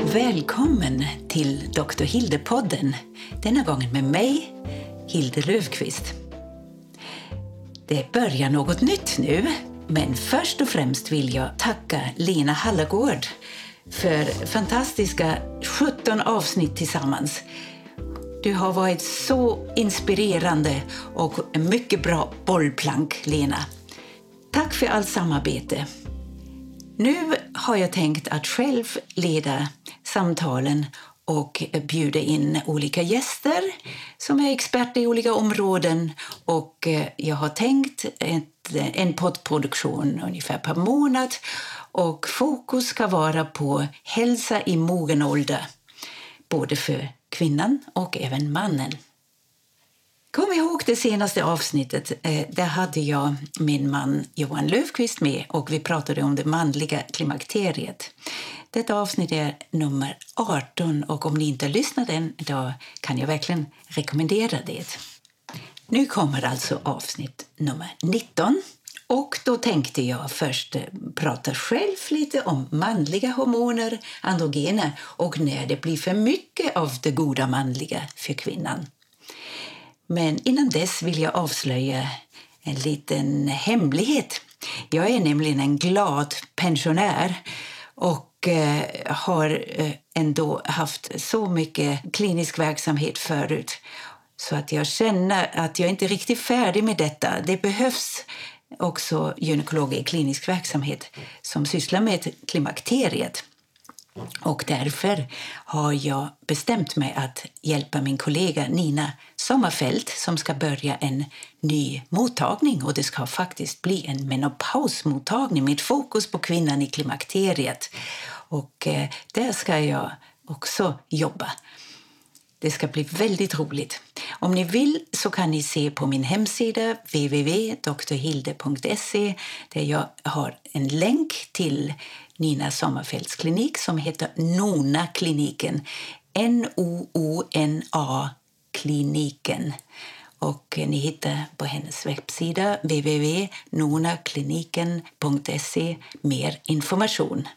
Välkommen till Dr. Hilde-podden. Denna gången med mig, Hilde Löfqvist. Det börjar något nytt nu, men först och främst vill jag tacka Lena Hallergård för fantastiska 17 avsnitt tillsammans. Du har varit så inspirerande och en mycket bra bollplank, Lena. Tack för allt samarbete. Nu har jag tänkt att själv leda samtalen och bjuda in olika gäster som är experter i olika områden. Och jag har tänkt en poddproduktion ungefär per månad. Och fokus ska vara på hälsa i mogen ålder. Både för kvinnan och även mannen. Kom ihåg det senaste avsnittet. Där hade jag min man Johan Löfqvist med och vi pratade om det manliga klimakteriet. Detta avsnitt är nummer 18 och om ni inte har lyssnat än då kan jag verkligen rekommendera det. Nu kommer alltså avsnitt nummer 19 och då tänkte jag först prata själv lite om manliga hormoner, androgener och när det blir för mycket av det goda manliga för kvinnan. Men innan dess vill jag avslöja en liten hemlighet. Jag är nämligen en glad pensionär och har ändå haft så mycket klinisk verksamhet förut. Så att jag känner att jag inte är riktigt färdig med detta. Det behövs också gynekologer i klinisk verksamhet som sysslar med klimakteriet. Och därför har jag bestämt mig att hjälpa min kollega Nina Sommerfeld som ska börja en ny mottagning. Och det ska faktiskt bli en menopausmottagning med fokus på kvinnan i klimakteriet. Och där ska jag också jobba. Det ska bli väldigt roligt. Om ni vill så kan ni se på min hemsida www.drhilde.se där jag har en länk till Nina Sommerfelds klinik som heter Nona-kliniken. N-O-O-N-A-kliniken. Och ni hittar på hennes webbsida www.nonakliniken.se mer information.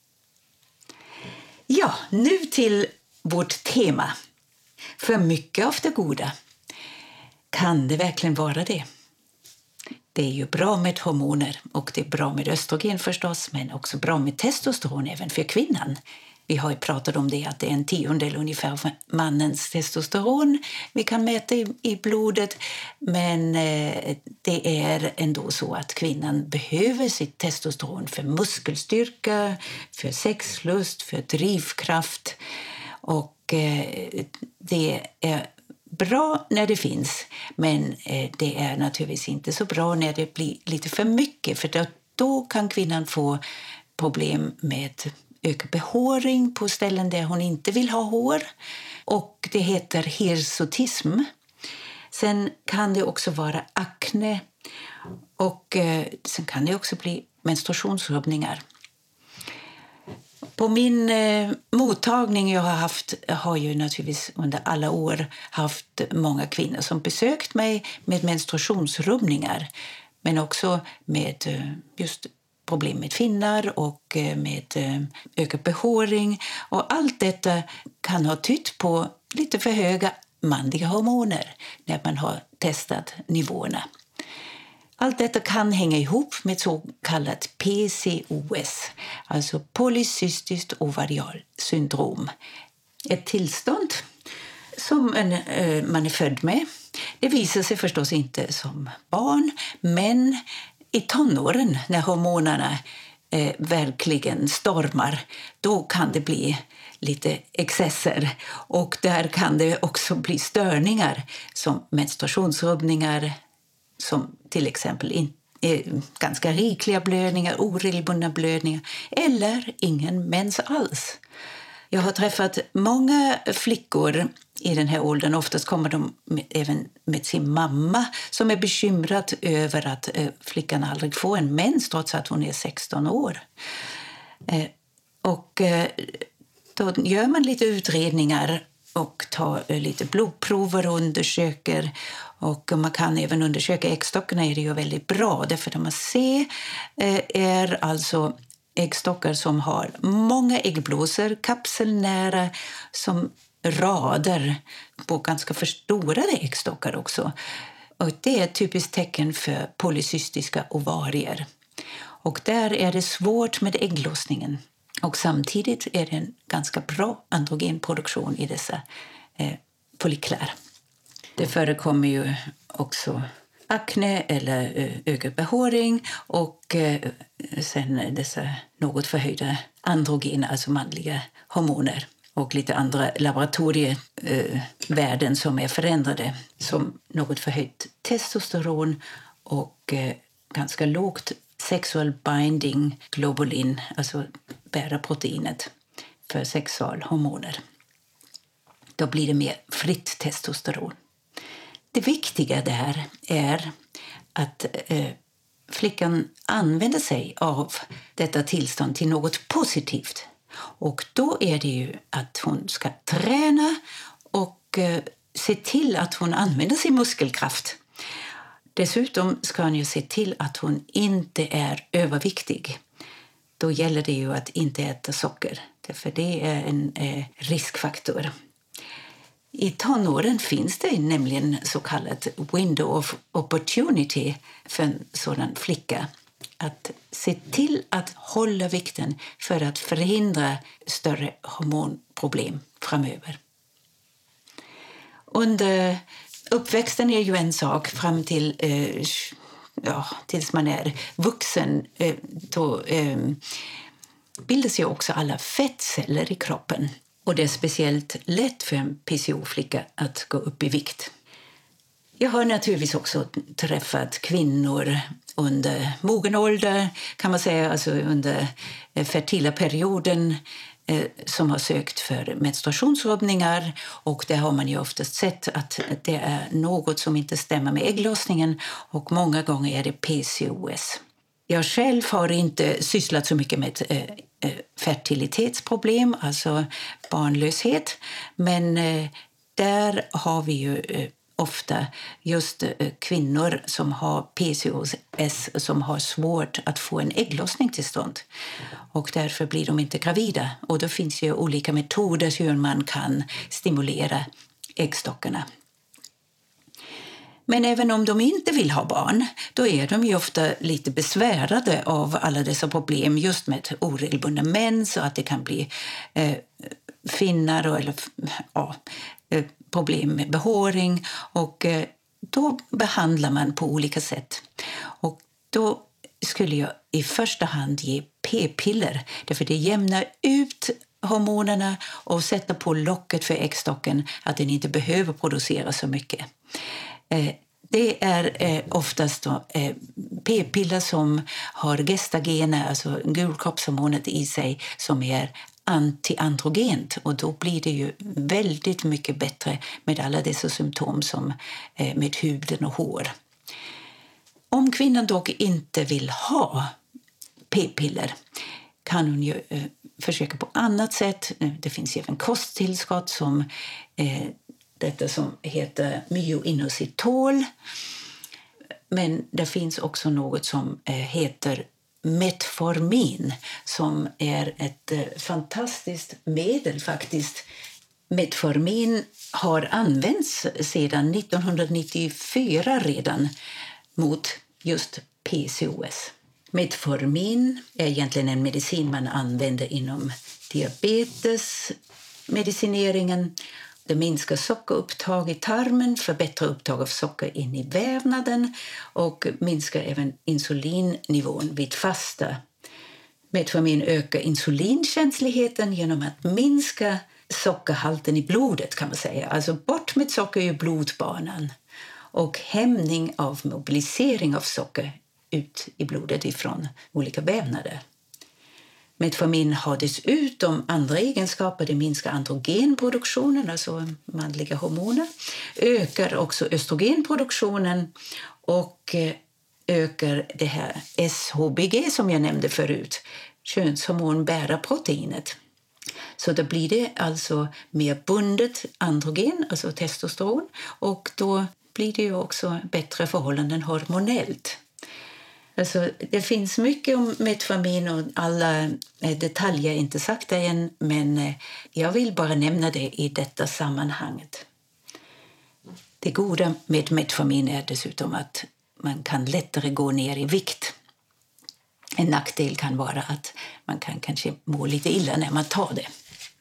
Ja, nu till vårt tema. För mycket av det goda. Kan det verkligen vara det? Det är ju bra med hormoner och det är bra med östrogen förstås men också bra med testosteron även för kvinnan. Vi har ju pratat om det att det är 1/10 ungefär av mannens testosteron vi kan mäta i blodet. Men det är ändå så att kvinnan behöver sitt testosteron för muskelstyrka, för sexlust, för drivkraft. Och det är bra när det finns, men det är naturligtvis inte så bra när det blir lite för mycket. För då kan kvinnan få problem med ökad behåring på ställen där hon inte vill ha hår. Och det heter hirsutism. Sen kan det också vara akne och sen kan det också bli menstruationsrubbningar. På min mottagning jag har ju naturligtvis under alla år haft många kvinnor som besökt mig med menstruationsrubbningar. Men också med just problem med finnar och med ökad behåring. Och allt detta kan ha tytt på lite för höga manliga hormoner när man har testat nivåerna. Allt detta kan hänga ihop med så kallat PCOS, alltså polycystiskt ovarial syndrom. Ett tillstånd som man är född med. Det visar sig förstås inte som barn, men i tonåren när hormonerna verkligen stormar, då kan det bli lite excesser. Och där kan det också bli störningar som menstruationsrubbningar, som till exempel ganska rikliga blödningar, oregelbundna blödningar eller ingen mens alls. Jag har träffat många flickor i den här åldern. Oftast kommer de även med sin mamma som är bekymrad över att flickan aldrig får en mens trots att hon är 16 år. Och då gör man lite utredningar och tar lite blodprover och undersöker. Och man kan även undersöka äggstockarna, är det ju väldigt bra. Därför att man ser är alltså äggstockar som har många äggblåsor, kapselnära, som rader på ganska förstorade äggstockar också. Och det är ett typiskt tecken för polycystiska ovarier. Och där är det svårt med ägglossningen. Och samtidigt är det en ganska bra androgenproduktion i dessa folliklar. Det förekommer ju också akne eller ögonbehåring och sen dessa något förhöjda androgen, alltså manliga hormoner. Och lite andra laboratorievärden som är förändrade, som något förhöjt testosteron och ganska lågt sexual binding globulin, alltså bärarproteinet för sexualhormoner. Då blir det mer fritt testosteron. Det viktiga där är att flickan använder sig av detta tillstånd till något positivt. Och då är det ju att hon ska träna och se till att hon använder sin muskelkraft. Dessutom ska hon ju se till att hon inte är överviktig. Då gäller det ju att inte äta socker, för det är en riskfaktor. I tonåren finns det nämligen så kallat window of opportunity för en sådan flicka. Att se till att hålla vikten för att förhindra större hormonproblem framöver. Under uppväxten är ju en sak fram till tills man är vuxen. Då bildas ju också alla fettceller i kroppen. Och det är speciellt lätt för en PCO-flicka att gå upp i vikt. Jag har naturligtvis också träffat kvinnor under mogen ålder, kan man säga, alltså under fertila perioden, som har sökt för menstruationsrubbningar, och där har man ju oftast sett att det är något som inte stämmer med ägglossningen, och många gånger är det PCOS. Jag själv har inte sysslat så mycket med fertilitetsproblem, alltså barnlöshet, men där har vi ju ofta just kvinnor som har PCOS som har svårt att få en ägglossning till stånd. Och därför blir de inte gravida. Och då finns ju olika metoder hur man kan stimulera äggstockarna. Men även om de inte vill ha barn, då är de ju ofta lite besvärade av alla dessa problem just med oregelbundna mens, och att det kan bli finnar eller problem med behåring, och då behandlar man på olika sätt. Och då skulle jag i första hand ge p-piller, därför det jämnar ut hormonerna och sätter på locket för äggstocken att den inte behöver producera så mycket. Det är oftast p-piller som har gestagener, alltså gulkroppshormonet i sig, som är antiandrogent, och då blir det ju väldigt mycket bättre med alla dessa symptom som med huden och hår. Om kvinnan dock inte vill ha p-piller kan hon ju försöka på annat sätt. Det finns även kosttillskott som detta som heter myoinositol. Men det finns också något som heter Metformin, som är ett fantastiskt medel faktiskt. Metformin har använts sedan 1994 redan mot just PCOS. Metformin är egentligen en medicin man använder inom diabetesmedicineringen. Det minskar sockerupptag i tarmen, förbättrar upptag av socker in i vävnaden och minskar även insulinnivån vid fasta. Metformin ökar insulinkänsligheten genom att minska sockerhalten i blodet, kan man säga. Alltså bort med socker i blodbanan, och hämning av mobilisering av socker ut i blodet ifrån olika vävnader. Metformin har dessutom andra egenskaper. Det minskar androgenproduktionen, alltså manliga hormoner. Ökar också östrogenproduktionen och ökar det här SHBG som jag nämnde förut. Könshormonbärarproteinet. Så då blir det alltså mer bundet androgen, alltså testosteron. Och då blir det ju också bättre förhållanden hormonellt. Alltså, det finns mycket om Metformin och alla detaljer är inte sagt än, men jag vill bara nämna det i detta sammanhanget. Det goda med Metformin är dessutom att man kan lättare gå ner i vikt. En nackdel kan vara att man kan kanske må lite illa när man tar det.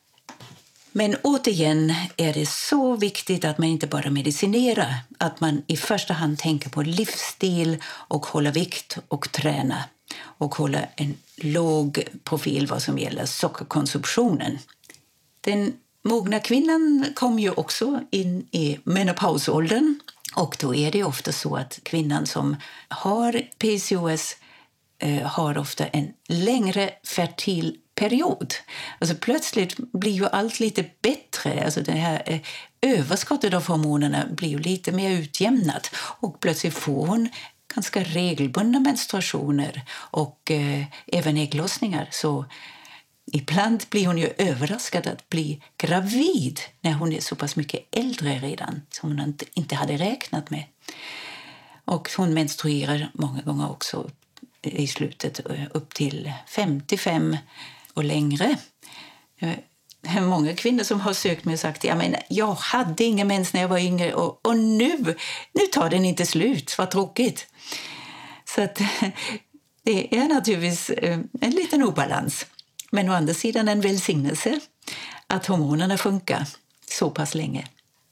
Men återigen är det så viktigt att man inte bara medicinerar, att man i första hand tänker på livsstil och hålla vikt och träna och hålla en låg profil vad som gäller sockerkonsumtionen. Den mogna kvinnan kom ju också in i menopausåldern och då är det ofta så att kvinnan som har PCOS har ofta en längre fertil period. Alltså plötsligt blir ju allt lite bättre. Alltså det här överskottet av hormonerna blir ju lite mer utjämnat och plötsligt får hon ganska regelbundna menstruationer och även ägglossningar. Så ibland blir hon ju överraskad att bli gravid när hon är så pass mycket äldre redan som hon inte hade räknat med. Och hon menstruerar många gånger också i slutet upp till 55 och längre. Många kvinnor som har sökt mig och sagt jag hade ingen mens när jag var yngre och nu tar den inte slut. Vad tråkigt. Så att, det är naturligtvis en liten obalans. Men å andra sidan en välsignelse att hormonerna funkar så pass länge.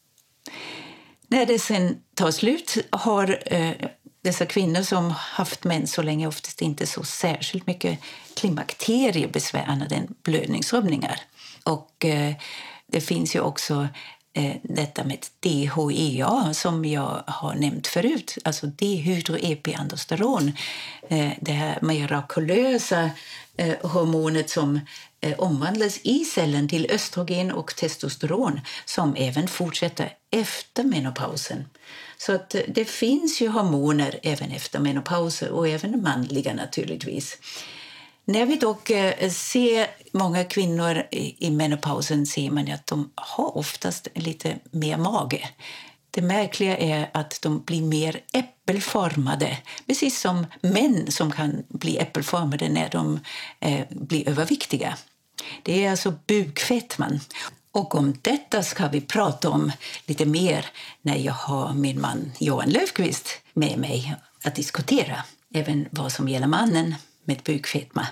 När det sen tar slut har dessa kvinnor som haft mens så länge oftast inte så särskilt mycket klimakteriebesvär annat än blödningsrubbningar. Och det finns ju också detta med DHEA som jag har nämnt förut, alltså dehydroepiandrosteron, det här mirakulösa hormonet som omvandlas i cellen till östrogen och testosteron som även fortsätter efter menopausen. Så att det finns ju hormoner även efter menopausen och även manliga naturligtvis. När vi dock ser många kvinnor i menopausen ser man att de har oftast lite mer mage. Det märkliga är att de blir mer äppelformade, precis som män som kan bli äppelformade när de blir överviktiga. Det är alltså bukfetman. Och om detta ska vi prata om lite mer när jag har min man Johan Löfqvist med mig att diskutera. Även vad som gäller mannen med bukfetma.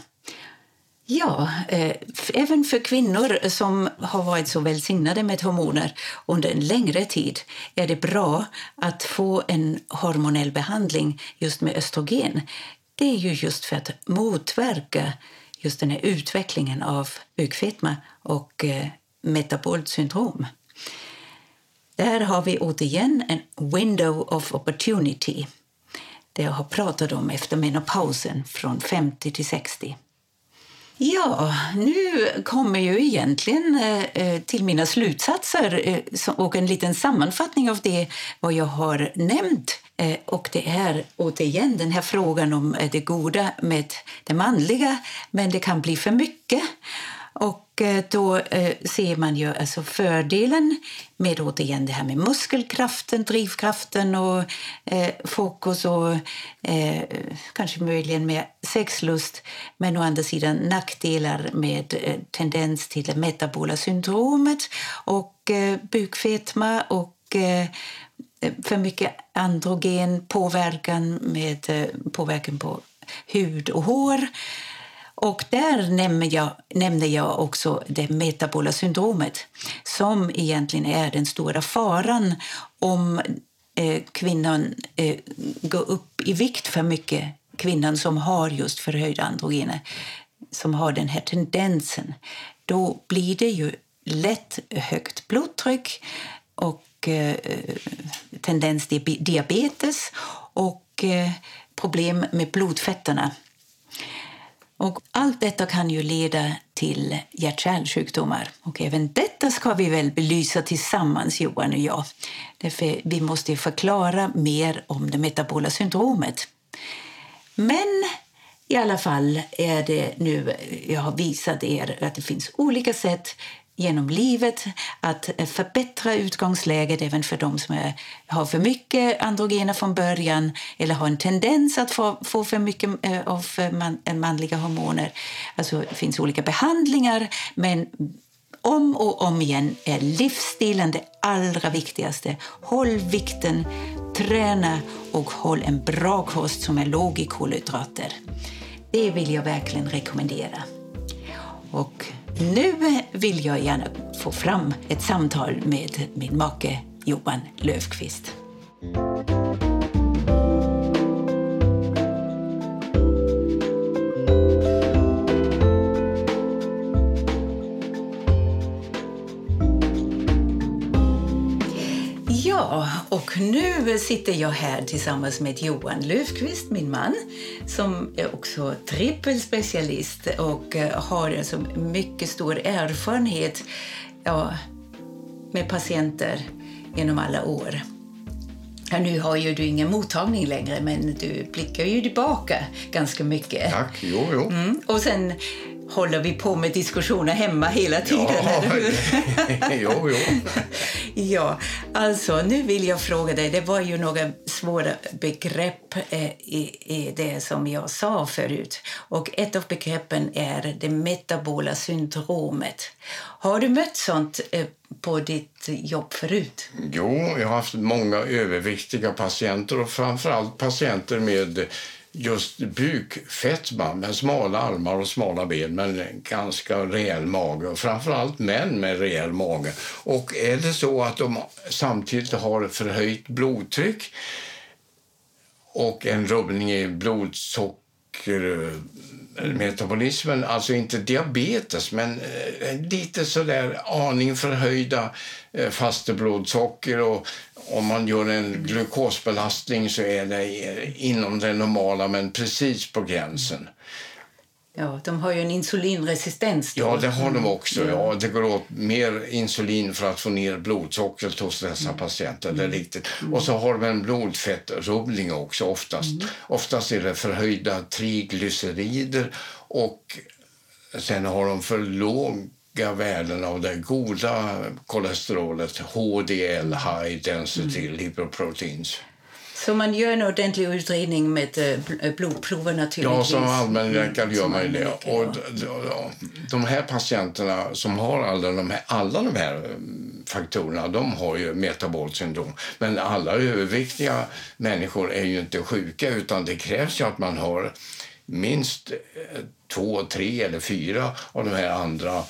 Ja, även för kvinnor som har varit så välsignade med hormoner under en längre tid är det bra att få en hormonell behandling just med östrogen. Det är ju just för att motverka just den här utvecklingen av bukfetma och metabolt syndrom. Där har vi återigen en window of opportunity. Det jag har pratat om efter menopausen från 50 till 60. Ja, nu kommer ju egentligen till mina slutsatser och en liten sammanfattning av det vad jag har nämnt. Och det är återigen den här frågan om det goda med det manliga, men det kan bli för mycket. Och då ser man ju alltså fördelen med återigen det här med muskelkraften, drivkraften och fokus och kanske möjligen med sexlust. Men å andra sidan nackdelar med tendens till det metabola syndromet och bukfetma och för mycket androgen påverkan med påverkan på hud och hår. Och där nämner jag också det metabola syndromet som egentligen är den stora faran om kvinnan går upp i vikt för mycket. Kvinnan som har just förhöjda androgener, som har den här tendensen. Då blir det ju lätt högt blodtryck och tendens till diabetes och problem med blodfetterna. Och allt detta kan ju leda till hjärt-kärlsjukdomar. Och även detta ska vi väl belysa tillsammans, Johan och jag. Därför vi måste förklara mer om det metabola syndromet. Men i alla fall är det nu, jag har visat er att det finns olika sätt genom livet, att förbättra utgångsläget även för de som har för mycket androgener från början eller har en tendens att få för mycket av manliga hormoner. Alltså det finns olika behandlingar, men om och om igen är livsstilen det allra viktigaste. Håll vikten, träna och håll en bra kost som är låg i kolhydrater. Det vill jag verkligen rekommendera. Och nu vill jag gärna få fram ett samtal med min make Johan Löfqvist. Ja, och nu sitter jag här tillsammans med Johan Löfqvist, min man, som är också trippelspecialist och har alltså mycket stor erfarenhet med patienter genom alla år. Nu har ju du ingen mottagning längre, men du blickar ju tillbaka ganska mycket. Tack, jo. Och sen håller vi på med diskussioner hemma hela tiden, eller hur? Jo. Ja, alltså nu vill jag fråga dig, det var ju några svåra begrepp i det som jag sa förut. Och ett av begreppen är det metabola syndromet. Har du mött sånt på ditt jobb förut? Jo, jag har haft många överviktiga patienter och framförallt patienter med just bukfetma med smala armar och smala ben men ganska rejäl mage. Och framförallt män med rejäl mage. Och är det så att de samtidigt har förhöjt blodtryck och en rubbning i blodsockermetabolismen, alltså inte diabetes men lite sådär aning förhöjda fasta blodsocker, och om man gör en glukosbelastning så är det inom det normala men precis på gränsen. Ja, de har ju en insulinresistens då. Ja, det har de också. Ja, det går åt mer insulin för att få ner blodsockret hos dessa patienter. Det är riktigt. Och så har de en blodfettrubbning också oftast. Oftast är det förhöjda triglycerider och sen har de för låga värden av det goda kolesterolet, HDL, High Density Lipoproteins. Så man gör en ordentlig utredning med blodprover naturligtvis? Ja, som allmänläkare gör man det. Och de här patienterna som har alla de här faktorerna, de har ju metabolt syndrom. Men alla överviktiga människor är ju inte sjuka, utan det krävs ju att man har minst 2, 3 eller 4 av de här andra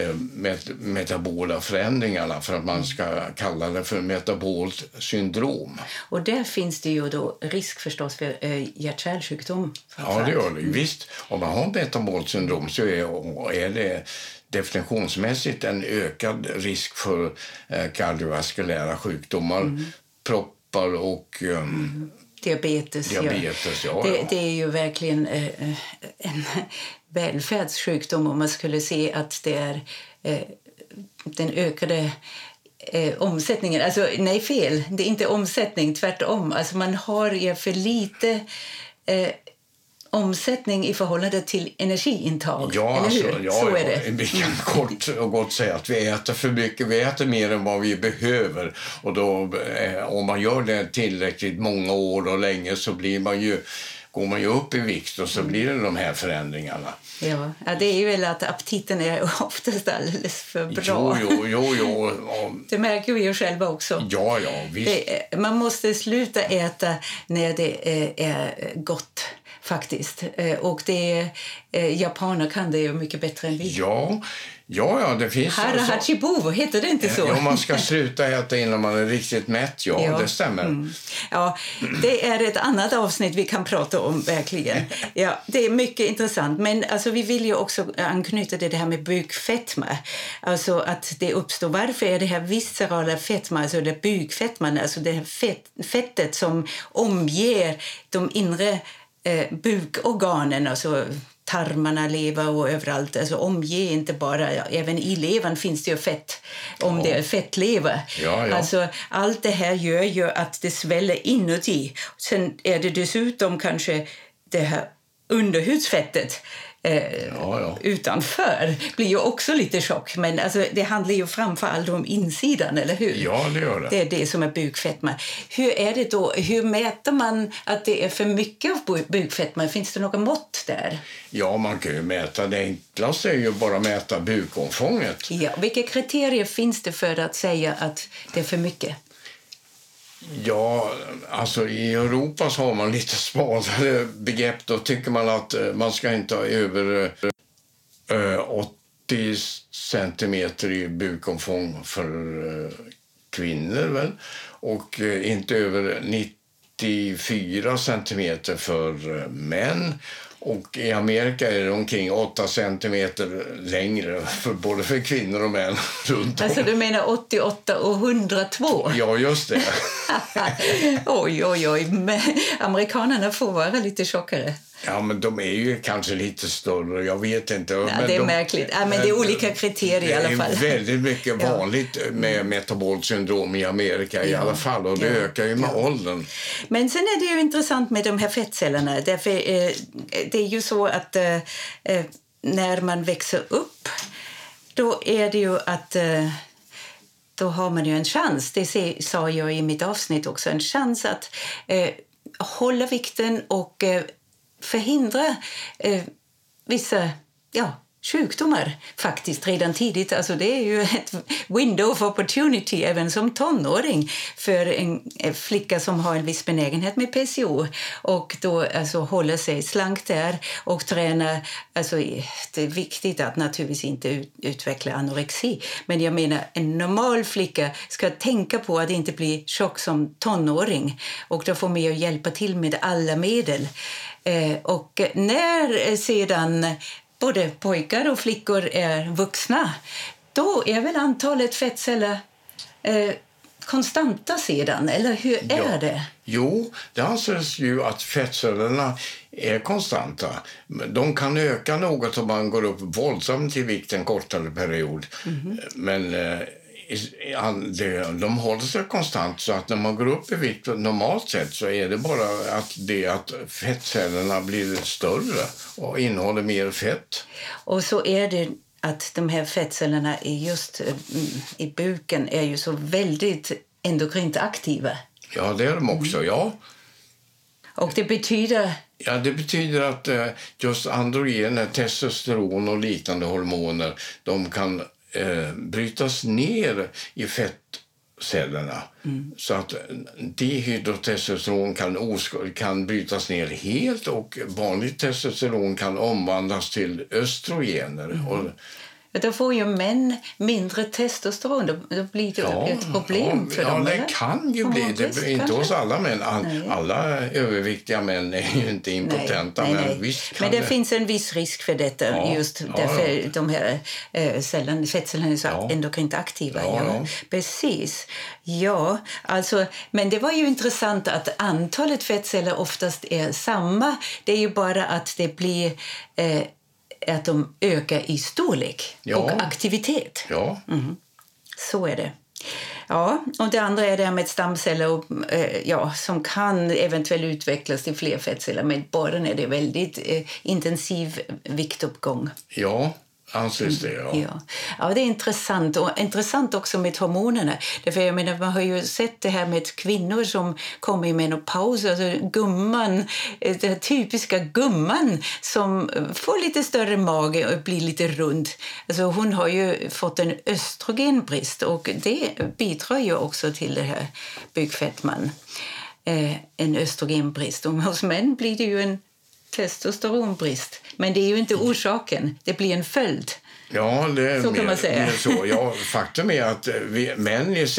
metabola förändringarna för att man ska kalla det för metabolt syndrom. Och där finns det ju då risk förstås för hjärt-kärlsjukdom. Ja, det gör det. Visst, om man har metabolt syndrom så är det definitionsmässigt en ökad risk för kardiovaskulära sjukdomar, proppar och diabetes, ja. Det är ju verkligen en välfärdssjukdom om man skulle se att det är den ökade omsättningen. Alltså, nej, fel. Det är inte omsättning, tvärtom. Alltså, man har ju för lite omsättning i förhållande till energiintag. Ja, eller hur? Alltså, så är det. Vi kan kort och gott säga att vi äter för mycket. Vi äter mer än vad vi behöver. Och då, om man gör det tillräckligt många år och länge så går man ju upp i vikt och så blir det de här förändringarna. Ja, det är ju väl att aptiten är oftast alldeles för bra. Jo. Det märker vi ju själva också. Ja, visst. Man måste sluta äta när det är gott faktiskt. Och japaner kan det ju mycket bättre än vi. Ja, det finns Harahachibo, heter det inte så? Ja, man ska sluta äta innan man är riktigt mätt, ja. Det stämmer. Ja, det är ett annat avsnitt vi kan prata om, verkligen. Ja, det är mycket intressant. Men alltså, vi vill ju också anknyta till det här med bukfetma. Alltså att det uppstår, varför är det här viscerala fetma, alltså det bukfetman, alltså det här fettet som omger de inre bukorganen, alltså tarmarna, lever och överallt. Alltså omge inte bara, även i levern finns det ju fett, om det är fettlever. Ja. Alltså allt det här gör ju att det sväller inuti. Sen är det dessutom kanske det här underhudsfettet utanför blir ju också lite tjock. Men alltså, det handlar ju framförallt om insidan, eller hur? Ja, det gör det. Det är det som är bukfetma. Hur är det då? Hur mäter man att det är för mycket av bukfetma? Finns det några mått där? Ja, man kan ju mäta. Det enklaste är ju bara mäta bukomfånget. Ja, vilka kriterier finns det för att säga att det är för mycket? Ja, alltså i Europa så har man lite smalare begrepp. Då tycker man att man ska inte ha över 80 centimeter i bukomfång för kvinnor väl. Och inte över 94 centimeter för män. Och i Amerika är det omkring 8 centimeter längre både för kvinnor och män runt om. Alltså du menar 88 och 102? Ja, just det. oj. Men amerikanerna får vara lite tjockare. Ja, men de är ju kanske lite större, jag vet inte. Ja, men det är märkligt. Ja, men det är olika kriterier i alla fall. Det är väldigt mycket vanligt med metabolt syndrom i Amerika i alla fall. Och det ökar ju med åldern. Men sen är det ju intressant med de här fettcellerna. Därför det är ju så att när man växer upp, då är det ju att... Då har man ju en chans, det sa jag i mitt avsnitt också, en chans att hålla vikten och förhindra vissa sjukdomar faktiskt redan tidigt. Alltså det är ju ett window of opportunity även som tonåring för en flicka som har en viss benägenhet med PCO och då alltså hålla sig slank där och träna. Alltså det är viktigt att naturligtvis inte utveckla anorexi, men jag menar en normal flicka ska tänka på att inte bli tjock som tonåring och då får man ju hjälpa till med alla medel. Och när sedan både pojkar och flickor är vuxna, då är väl antalet fettceller konstanta sedan, eller hur är det? Jo, det anses ju att fettcellerna är konstanta. De kan öka något om man går upp våldsamt i vikt en kortare period. Men de håller sig konstant, så att när man går upp i vikt normalt sett så är det bara att fettcellerna blir större och innehåller mer fett. Och så är det att de här fettcellerna i buken är ju så väldigt endokrint aktiva. Ja, det är de också, ja. Och det betyder... Ja, det betyder att just androgener, testosteron och liknande hormoner, de kan brytas ner i fettcellerna så att dihydrotestosteron kan brytas ner helt och vanligt testosteron kan omvandlas till östrogener. Då får ju män mindre testosteron. Då blir det ett problem för dem. Ja, det kan ju bli. Det inte hos alla män. Alla överviktiga män är ju inte impotenta. Nej. Visst men det finns en viss risk för detta. Just därför de här fettcellerna är så endokrint aktiva. Ja. Precis. Ja, alltså, men det var ju intressant att antalet fettceller oftast är samma. Det är ju bara att det blir... att de ökar i storlek och aktivitet. Ja. Så är det. Ja, och det andra är det här med stamceller som kan eventuellt utvecklas till fler fettceller, men bara när det är väldigt intensiv viktuppgång. Ja. Anses det, Ja, det är intressant. Och intressant också med hormonerna. Därför jag menar, man har ju sett det här med kvinnor som kommer i menopaus. Alltså gumman, den typiska gumman som får lite större mage och blir lite rund. Alltså hon har ju fått en östrogenbrist och det bidrar ju också till det här bukfettman. En östrogenbrist. Och hos män blir det ju en testosteronbrist. Men det är ju inte orsaken. Det blir en följd. Ja, det är så kan man säga. Så. Ja, faktum är att män i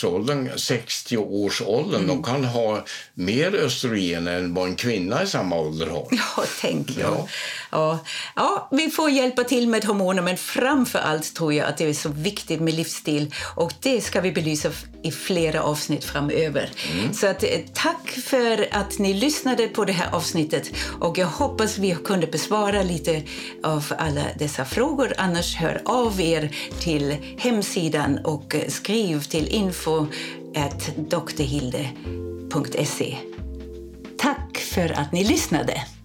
60-årsåldern, de kan ha mer östrogen än vad en kvinna i samma ålder har. Ja, tänk jag. Ja, vi får hjälpa till med hormoner, men framför allt tror jag att det är så viktigt med livsstil. Och det ska vi belysa i flera avsnitt framöver. Så att, tack för att ni lyssnade på det här avsnittet. Och jag hoppas vi kunde besvara lite av alla dessa frågor. Annars hör av er till hemsidan och skriv till info@drhilde.se. Tack för att ni lyssnade.